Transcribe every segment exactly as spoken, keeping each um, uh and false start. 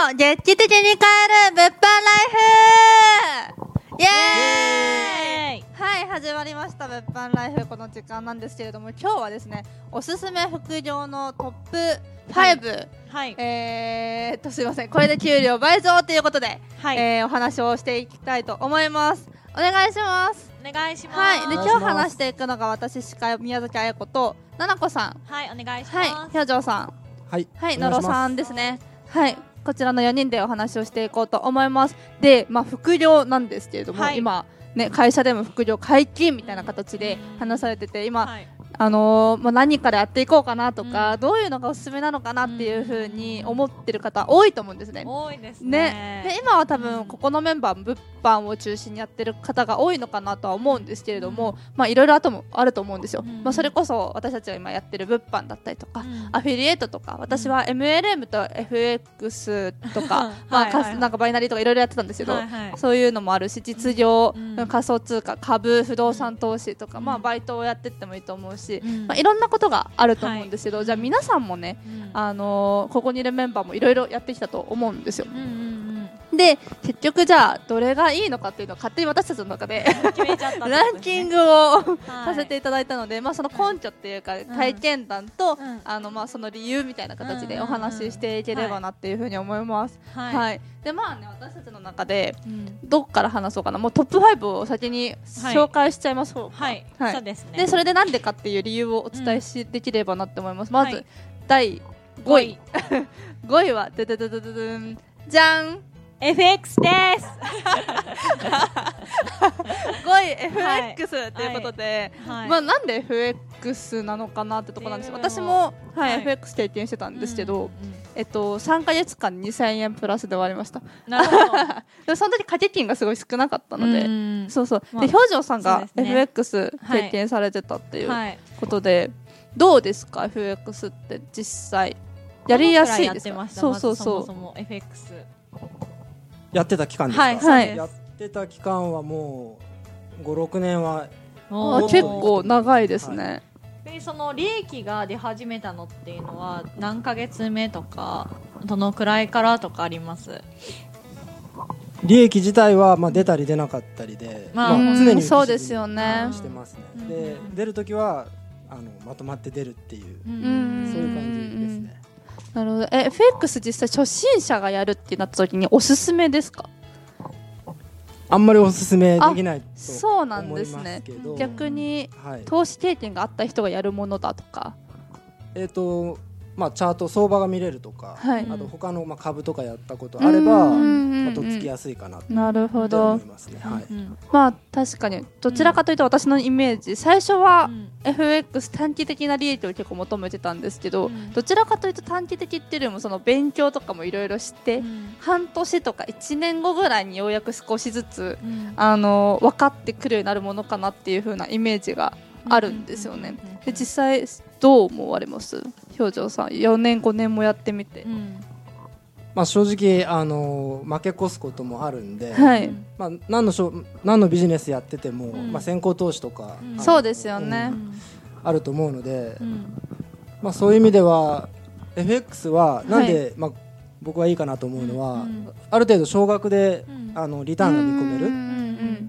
の劇的に変える物販ライフイエーイはい、始まりました物販ライフ。この時間なんですけれども、今日はですね、おすすめ副業のトップファイブ、はいはい、えーっとすいません、これで給料倍増ということで、はい、えー、お話をしていきたいと思います。お願いします。 お願いします。 はい、で今日話していくのが私司会宮崎彩子とななこさん、 はい、お願いします。 はい、ひょうじょうさん、 はい、 はい、のろさんですね。はい、こちらのよにんでお話をしていこうと思います。で、まあ、副業なんですけれども、はい、今、ね、会社でも副業解禁みたいな形で話されてて、今、はい、あのーまあ、何からやっていこうかなとか、うん、どういうのがおすすめなのかなっていう風に思ってる方多いと思うんですね。 多いですね。 ね、で今は多分ここのメンバーも物販を中心にやってる方が多いのかなとは思うんですけれども、うん、まあいろいろあともあると思うんですよ。うん、まあ、それこそ私たちが今やってる物販だったりとか、うん、アフィリエイトとか、私は エムエルエム と エフエックス とかまあなんかバイナリーとかいろいろやってたんですけど、はいはい、そういうのもあるし、実業、うん、仮想通貨、株、不動産投資とか、うん、まあバイトをやってってもいいと思うし、うん、まあ、いろんなことがあると思うんですけど、はい、じゃあ皆さんもね、うん、あのー、ここにいるメンバーもいろいろやってきたと思うんですよ。うんうんうん、で結局じゃあどれがいいのかっていうのを勝手に私たちの中でランキングをさせていただいたので、まあ、その根拠っていうか体験談と、うん、あのまあその理由みたいな形でお話ししていければなっていうふうに思います。はいはい、でまあね、私たちの中でどっから話そうかな、もうトップファイブを先に紹介しちゃいましょうか。 はいはい、そうですね。 でそれでなんでかっていう理由をお伝えし、うん、できればなって思います。まず、はい、だいごいごいはドドドドドドンじゃん、 エフエックス ですごい エフエックス ということで、はいはい、まあ、なんで エフエックス なのかなってところなんですよ。私も、はいはい、エフエックス 経験してたんですけど、うんうん、えっと、さんかげつかんにせんえんプラスで終わりました。なるほどでその時掛け金がすごい少なかったので、うん、そうそう、まあ、で表情さんが エフエックス 経験されてたっていうことで、はいはい、どうですか エフエックス って実際やりやすいですか？ そうそうそう、そもそも エフエックスやってた期間ですか？ はいはい、 やってた期間はもうごろくねんは結構長いですね。 はい、でその利益が出始めたのっていうのは何ヶ月目とかどのくらいからとかあります？ 利益自体はまあ出たり出なかったりで、 まあまあ、常にそうですよね。 してますね。で出るときはあのまとまって出るっていう、うん、そういう感じですね。 なるほど。え エフエックス 実際初心者がやるってなった時におすすめですか？ あんまりおすすめできないと思いますけど。 そうなんですね。逆に、はい、投資経験があった人がやるものだとか、 えーとまあ、チャート相場が見れるとか、はい、あと他のまあ株とかやったことあれば、まあ、とっつきやすいかなと思いますね。はい、うん、 まあ確かにどちらかというと私のイメージ、最初は エフエックス 短期的な利益を結構求めてたんですけど、うん、どちらかというと短期的っていうよりもその勉強とかもいろいろして、うん、半年とかいちねんごぐらいにようやく少しずつ、うん、あの分かってくるようになるものかなっていう風なイメージがあるんですよね。で実際どう思われます？表情さんよねんごねんもやってみて、うん、 まあ、正直あの負け越すこともあるんで、 はい、 まあ、何のしょ何のビジネスやってても、うん、まあ、先行投資とか、 うん、そうですよね、 うん、あると思うので、うん、まあ、そういう意味では エフエックス はなんで、はい、まあ、僕はいいかなと思うのは、うん、ある程度少額で、うん、あのリターンが見込める、うん、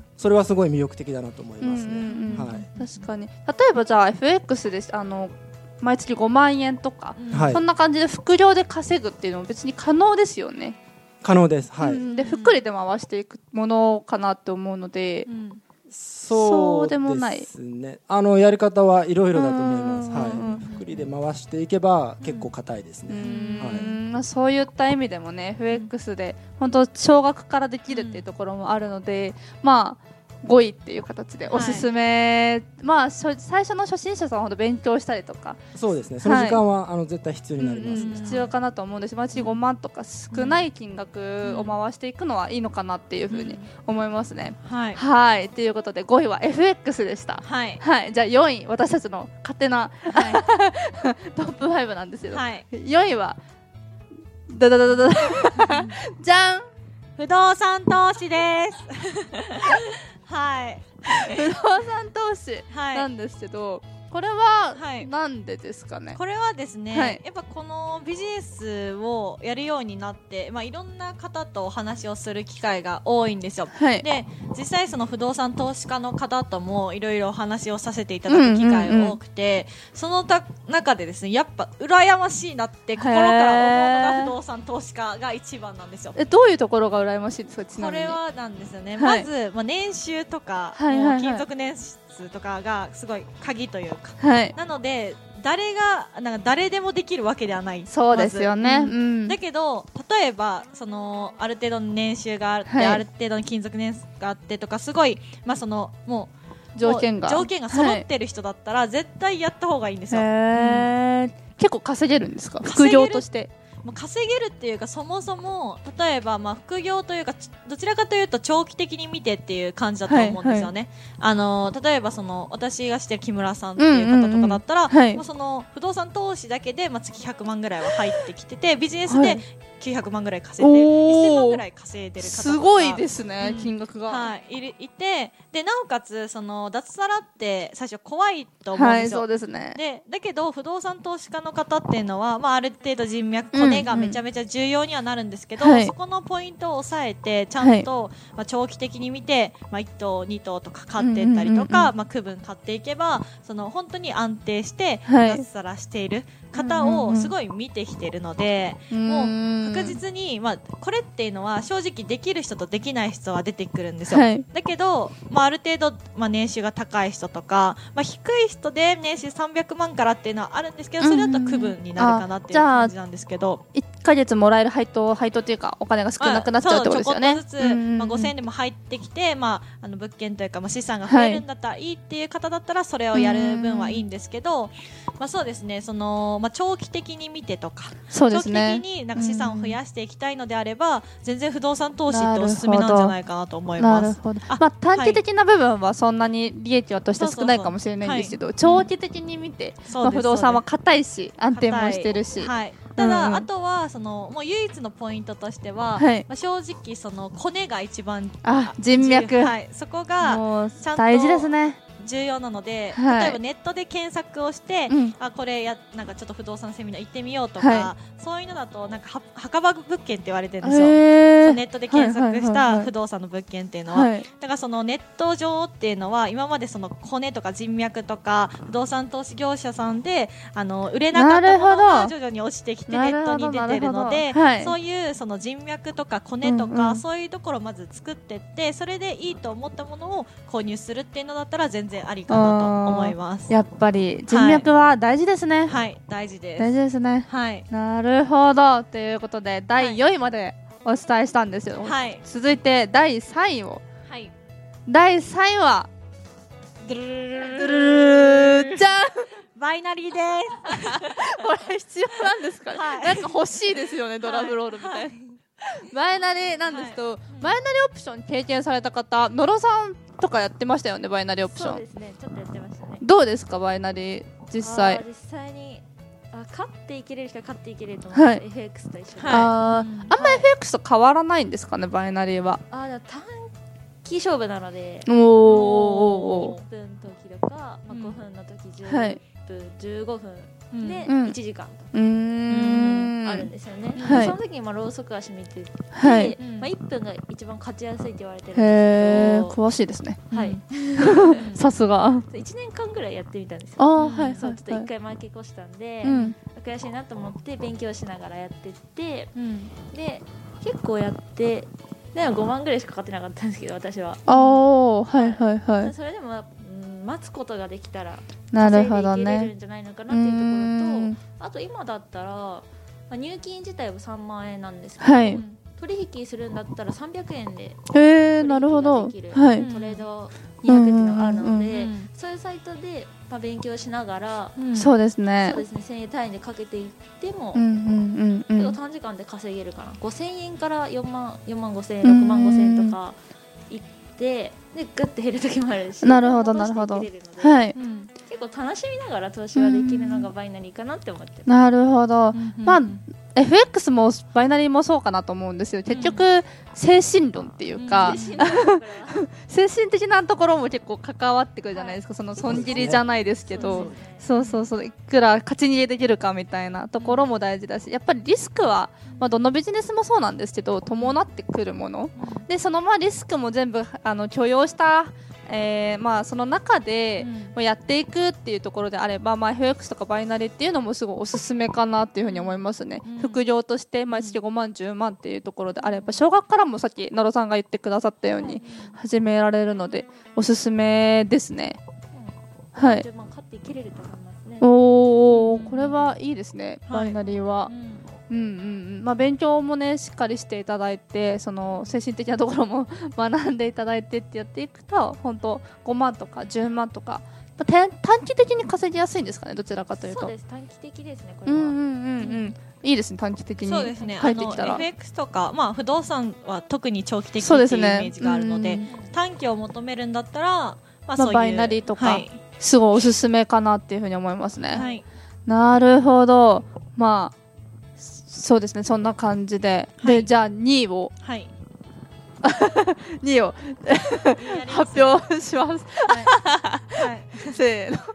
それはすごい魅力的だなと思いますね。うんうん、はい、 確かに。例えばじゃあ エフエックス であの毎月ごまんえんとか、うん、そんな感じで副業で稼ぐっていうのも別に可能ですよね。 可能です、はい、うん、 で福利で回していくものかなと思うので、うん、 そうでもないですね。あのやり方はいろいろだと思います。はい、福利で回していけば結構硬いですね。はい、 まあ、そういった意味でもね エフエックス で本当少額からできるっていうところもあるので、まあごいっていう形でおすすめ、はい、まあ最初の初心者さんほど勉強したりとか、 そうですね、その時間は、はい、あの絶対必要になります、ね、うんうん、 必要かなと思うんです。毎月ごまんとか少ない金額を回していくのはいいのかなっていうふうに思いますね、うん、はい、はい、ということでごいは エフエックス でした。はい、はい、じゃあよんい、私たちの勝手な、はい、トップファイブなんですけど、はい、よんいはダダダダダじゃん、 不動産投資ですはい、 不動産投資なんですけど、はい、 これはなんでですかね、はい、 これはですね、はい、やっぱこのビジネスをやるようになって、まあ、いろんな方とお話をする機会が多いんですよ、はい、で実際その不動産投資家の方ともいろいろお話をさせていただく機会が多くて、うんうんうん、そのた中でですねやっぱ羨ましいなって心から思うのが不動産投資家が一番なんですよ。 えどういうところが羨ましいですか？ちなみにこれはなんですよね、はい、まず、まあ、年収とか、はいはいはい、金属年数とかがすごい鍵というか、はい、なので誰がなんか誰でもできるわけではない。 そうですよね、 うんうん、だけど例えばそのある程度の年収があって、はい、ある程度の金属年数があってとかすごい、まあ、そのもう条件が条件が揃ってる人だったら絶対やった方がいいんですよ、 へー、うん、結構稼げるんですか？副業としてもう稼げるっていうかそもそも例えばまあ副業というかどちらかというと長期的に見てっていう感じだと思うんですよね、はいはい、あの例えばその私がしてる木村さんっていう方とかだったら、うんうんうん、もうその不動産投資だけでまあ月ひゃくまんぐらいは入ってきててビジネスできゅうひゃくまんぐらい稼いでる、いっせんまんぐらい稼いでる方とかすごいですね、うん、金額が、 はい、い, いてでなおかつその脱サラって最初怖いと思うんですよ、 はい、そうですね。 でだけど不動産投資家の方っていうのは、まあ、ある程度人脈コネがめちゃめちゃ重要にはなるんですけど、うんうん、そこのポイントを押さえてちゃんと、はい、まあ、長期的に見て、まあ、いっ棟に棟とか買っていったりとか、うんうんうんうん、まあ、区分買っていけばその本当に安定して脱サラしている方をすごい見てきてるので、うんうんうん、もう確実に、まあ、これっていうのは正直できる人とできない人は出てくるんですよ、はい、だけど、まあ、ある程度、まあ、年収が高い人とか、まあ、低い人で年収さんびゃくまんからっていうのはあるんですけどそれだと区分になるかなっていう感じなんですけど、 いっかげつもらえる配当配当っていうかお金が少なくなっちゃうってことですよね。 ちょこっとずつ、うんうんうん、まあ、ごせんえんでも入ってきて、まあ、あの物件というか、まあ、資産が増えるんだったらいいっていう方だったらそれをやる分はいいんですけど、まあ、そうですねその、まあ、長期的に見てとか、 そうですね、 長期的になんか資産を増やしていきたいのであれば、うん、全然不動産投資っておすすめなんじゃないかなと思います。 なるほど。あ、まあ、短期的な部分はそんなに利益はとして少ないかもしれないんですけど、長期的に見て、うん、まあ、不動産は硬いし安定もしてるし、 はい、ただ、うん、あとはそのもう唯一のポイントとしては、はい、まあ、正直そのコネが一番あ人脈、 はい、そこがちゃんと大事ですね。 重要なので、はい、例えばネットで検索をして、うん、あこれやなんかちょっと不動産セミナー行ってみようとか、はい、そういうのだとなんかは墓場物件って言われてるんですよ、ネットで検索した不動産の物件っていうのは、はい、だからそのネット上っていうのは今までそのコネとか人脈とか不動産投資業者さんであの売れなかったものが徐々に落ちてきてネットに出てるので、はい、そういうその人脈とかコネとか、うんうん、そういうところをまず作っていってそれでいいと思ったものを購入するっていうのだったら全然ありかなと思います。 やっぱり人脈は大事ですね。はい、 はい、大事です。 大事ですね。 はい。 なるほど。ということでだいよんいまでお伝えしたんですよ。はい。続いてだいさんいを。はい。だいさんいはドゥルルルルルルじゃん。 バイナリーです。 これ必要なんですかね。はい、なんか欲しいですよね、ドラムロールみたいな。はいはい、バイナリーなんですけど、はい、バイナリーオプション経験された方、野呂さんとかやってましたよね、バイナリーオプション。 そうですね、ちょっとやってましたね。 どうですか、バイナリー実際。 実際にあ勝っていけれる人は勝っていけれると思う、はい、エフエックス と一緒に、はい、あ, あんま エフエックス と変わらないんですかね、バイナリーは。 あでも短期勝負なので、 おいっぷんの時とか、まあ、ごふんの時じゅっぷん、はい、じゅうごふんでいちじかんとか、うん、あるんですよね、はい、その時にまあローソク足見てて、はい、まあ、いっぷんが一番勝ちやすいって言われてるんですけど、 へー、詳しいですね、はい、さすがいちねんかんぐらいやってみたんですよ。 あ、はいはいはい、 そうちょっといっかい負け越したんで、うん、悔しいなと思って勉強しながらやってって、うん、で結構やってでもごまんぐらいしかかかってなかったんですけど私は。 ああ、はいはいはい。 それでも、うん、待つことができたらなるほどね、 稼いでいけれるんじゃないのかなっていうところと、あと今だったら、まあ、入金自体はさんまんえんなんですけど、はい、取引するんだったらさんびゃくえんで取引ができる、はい、トレードにひゃくっていうのがあるので、うんうん、そういうサイトで、まあ、勉強しながら、 うん、そうですね、 そうですね、せんえん単位でかけていっても、 うんうんうんうん、 短時間で稼げるかな。ごせんえんからよんまんごせんえん、ろくまんごせんえんとかいってでグッて減る時もあるし、 なるほどなるほど、はい、 うん、結構楽しみながら投資はできるのがバイナリーかなって思ってます。 なるほど、うん、まあエフエックス もバイナリーもそうかなと思うんですよ。結局、うん、精神論っていうか、うん、精神的なところも結構関わってくるじゃないですか、はい、その損切りじゃないですけど、そうそうそう、いくら勝ち逃げできるかみたいなところも大事だし、やっぱりリスクは、まあ、どのビジネスもそうなんですけど伴ってくるもので、そのままリスクも全部あの許容したえーまあ、その中でやっていくっていうところであれば、まあ、エフエックス とかバイナリーっていうのもすごいおすすめかなっていうふうに思いますね、うん、副業として毎月ごまんじゅうまんっていうところであれば、少額からもさっき野呂さんが言ってくださったように始められるのでおすすめですね、うん、はい。おー、これはいいですね、バイナリーは、はい、うんうんうんうん、まあ、勉強もねしっかりしていただいて、その精神的なところも学んでいただいてってやっていくと、本当ごまんとかじゅうまんとか短期的に稼ぎやすいんですかね、どちらかというと。 そうです、短期的ですね、これは。 うんうんうんうん、いいですね、短期的に入ってきたら。 そうですね、あの エフエックス とか、まあ、不動産は特に長期的っていうイメージがあるので、でね、短期を求めるんだったら、まあ、そういう、まあ、 バイナリーとか、はい、すごいおすすめかなっていうふうに思いますね、 はい、 なるほど。まあそうですね、そんな感じで、はい、でじゃあにいを、はい、にいを発表します。はいはい、せーの。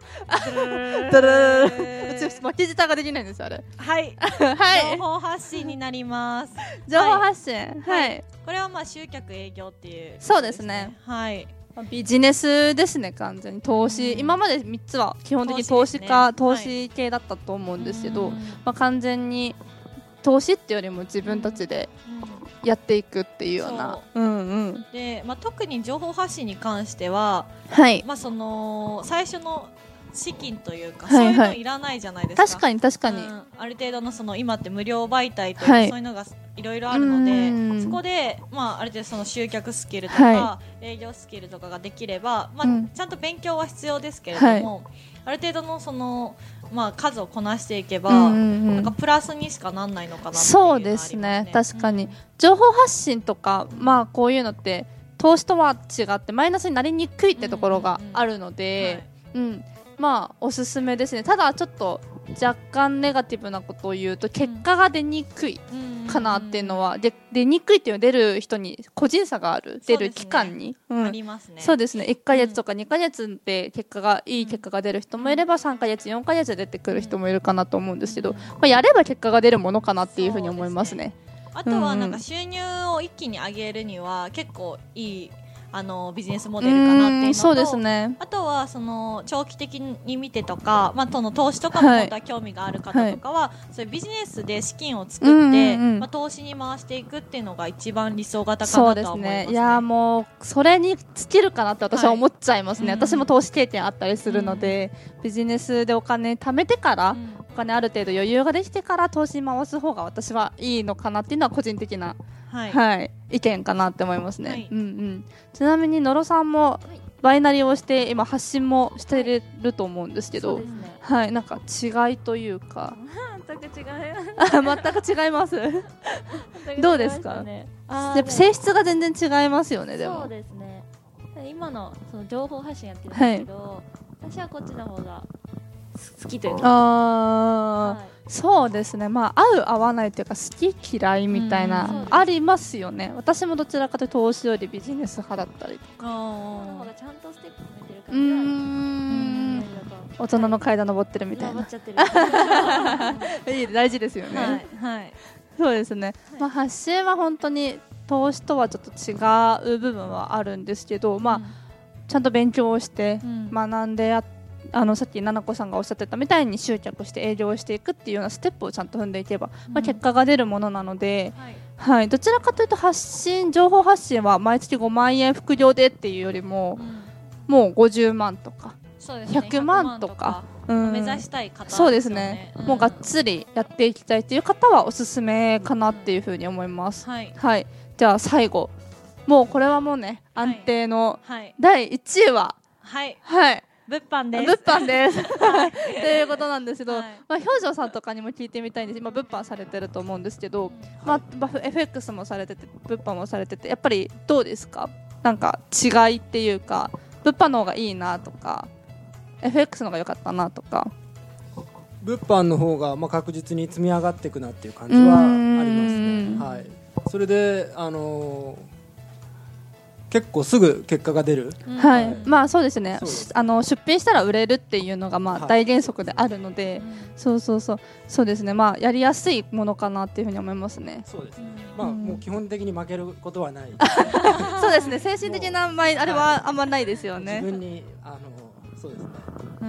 うち負け舌ができないんですよあれ。 はい。はい。情報発信になります。 情報発信。はい。はい、 これはまあ集客営業っていう、ね。 そうですね。 はい。 ビジネスですね、完全に投資、うん、今までみっつは基本的に投資か投資、ね、投資系だったと思うんですけど、はい、まあ、完全に投資っていうよりも自分たちでやっていくっていうような、うんうん、 で、まあ、特に情報発信に関しては、 はい、 まあ、その最初の資金というか、はいはい、そういうのいらないじゃないですか。 確かに確かに、 うん、ある程度のその今って無料媒体というか、はい、そういうのがいろいろあるので、そこで、まあ、ある程度その集客スキルとか、はい、営業スキルとかができれば、まあ、うん、ちゃんと勉強は必要ですけれども、はい、ある程度のそのまあ、数をこなしていけば、うんうんうん、なんかプラスにしかなんないのかなっていうのはありますね。 そうですね、確かに、うん、情報発信とか、まあ、こういうのって投資とは違ってマイナスになりにくいってところがあるので、うんうんうん、はい、うん、まあおすすめですね。ただちょっと若干ネガティブなことを言うと結果が出にくいかなっていうのは、で出にくいっていうのは出る人に個人差がある、出る期間に、 うん、ありますね。 そうですね、いっかげつとかにかげつで結果がいい結果が出る人もいればさんかげつよんかげつで出てくる人もいるかなと思うんですけど、まあ、やれば結果が出るものかなっていうふうに思いますね。 あとはなんか収入を一気に上げるには結構いいあのビジネスモデルかなっていうのと、 そうですね、 あとはその長期的に見てとか、まあ、その投資とかも本当は興味がある方とかは、はい、そういうビジネスで資金を作って、うんうんうん、まあ、投資に回していくっていうのが一番理想型かなとは思いますね。 そうですね、いやもうそれに尽きるかなって私は思っちゃいますね、はい、私も投資経験あったりするので、うん、ビジネスでお金貯めてから、うん、お金ある程度余裕ができてから投資に回す方が私はいいのかなっていうのは個人的な、はいはい、意見かなって思いますね、はい、うんうん。ちなみに野呂さんもバイナリーをして今発信もしていると思うんですけど、はい、ね、はい、なんか違いというか全く違います全く違いますどうですか？やっぱ性質が全然違いますよね。でもそうですね、今のその情報発信やってるんですけど、はい、私はこっちの方が好きというか、 あ、はい、そうですね、まあ、合う合わないというか好き嫌いみたいな、うん、ありますよね。私もどちらかというと投資よりビジネス派だったりとか、 あの方がちゃんとステップ踏めてる感じがある。うーん、 大人の階段登ってるみたいな、いい、大事ですよね、 はいはい、 そうですね、はい、まあ、発信は本当に投資とはちょっと違う部分はあるんですけど、まあ、うん、ちゃんと勉強をして学んでやって、あのさっきななこさんがおっしゃってたみたいに集客して営業していくっていうようなステップをちゃんと踏んでいけば、うん、まあ、結果が出るものなので、はいはい、どちらかというと発信情報発信は毎月ごまんえん副業でっていうよりも、うん、もうごじゅうまんとか、 そうですね、 ひゃくまんとか、 うん、目指したい方ですよね。 そうですね、うん、もうがっつりやっていきたいという方はおすすめかなっていうふうに思います、うん、はい、はい、じゃあ最後、もうこれはもうね、安定のだいいちいは、 はい、 はい、 物販です。 物販です。ということなんですけど、はい、まあ、表情さんとかにも聞いてみたいんです。今物販されてると思うんですけど、まあ、エフエックス もされてて、物販もされてて、やっぱりどうですか？なんか違いっていうか、物販の方がいいなとか、エフエックス の方が良かったなとか。 物販の方がまあ確実に積み上がっていくなっていう感じはありますね。はい、それで、あのー結構すぐ結果が出る、 うん、はい、はい、まあそうですね、あの出品したら売れるっていうのがまあ大原則であるので、はい、そうそうそうそうですね、まあやりやすいものかなっていうふうに思いますね。 そうですね、まあ、うん、もう基本的に負けることはないそうですね、精神的なあれはあんまないですよね。 自分にあのそうですね、 うん、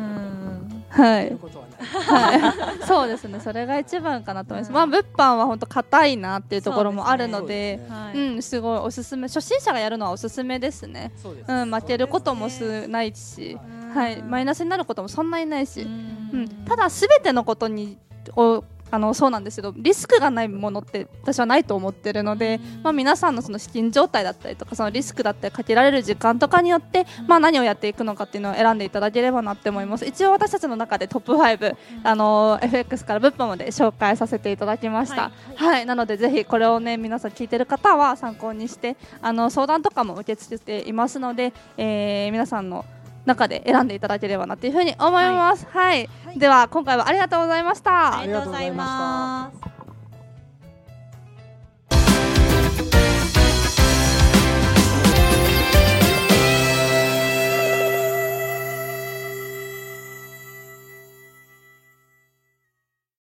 はい、はい、そうですね、それが一番かなと思います。うん、まあ物販は本当硬いなっていうところもあるので、う, で、ね、うん、すごいおすすめ、初心者がやるのはおすすめですね。そうですね、うん、負けることもすないし、はい、マイナスになることもそんなにないし、うん、ただすべてのことにをあのそうなんですけど、リスクがないものって私はないと思ってるので、まあ、皆さんのその資金状態だったりとか、そのリスクだったりかけられる時間とかによって、まあ、何をやっていくのかっていうのを選んでいただければなって思います。一応私たちの中でトップファイブ、あの エフエックス から物販まで紹介させていただきました。はい、はいはい、なのでぜひこれをね、皆さん聞いてる方は参考にして、あの相談とかも受け付けていますので、えー、皆さんの中で選んでいただければなというふうに思います。はい、はいはい、では今回はありがとうございました。 ありがとうございます。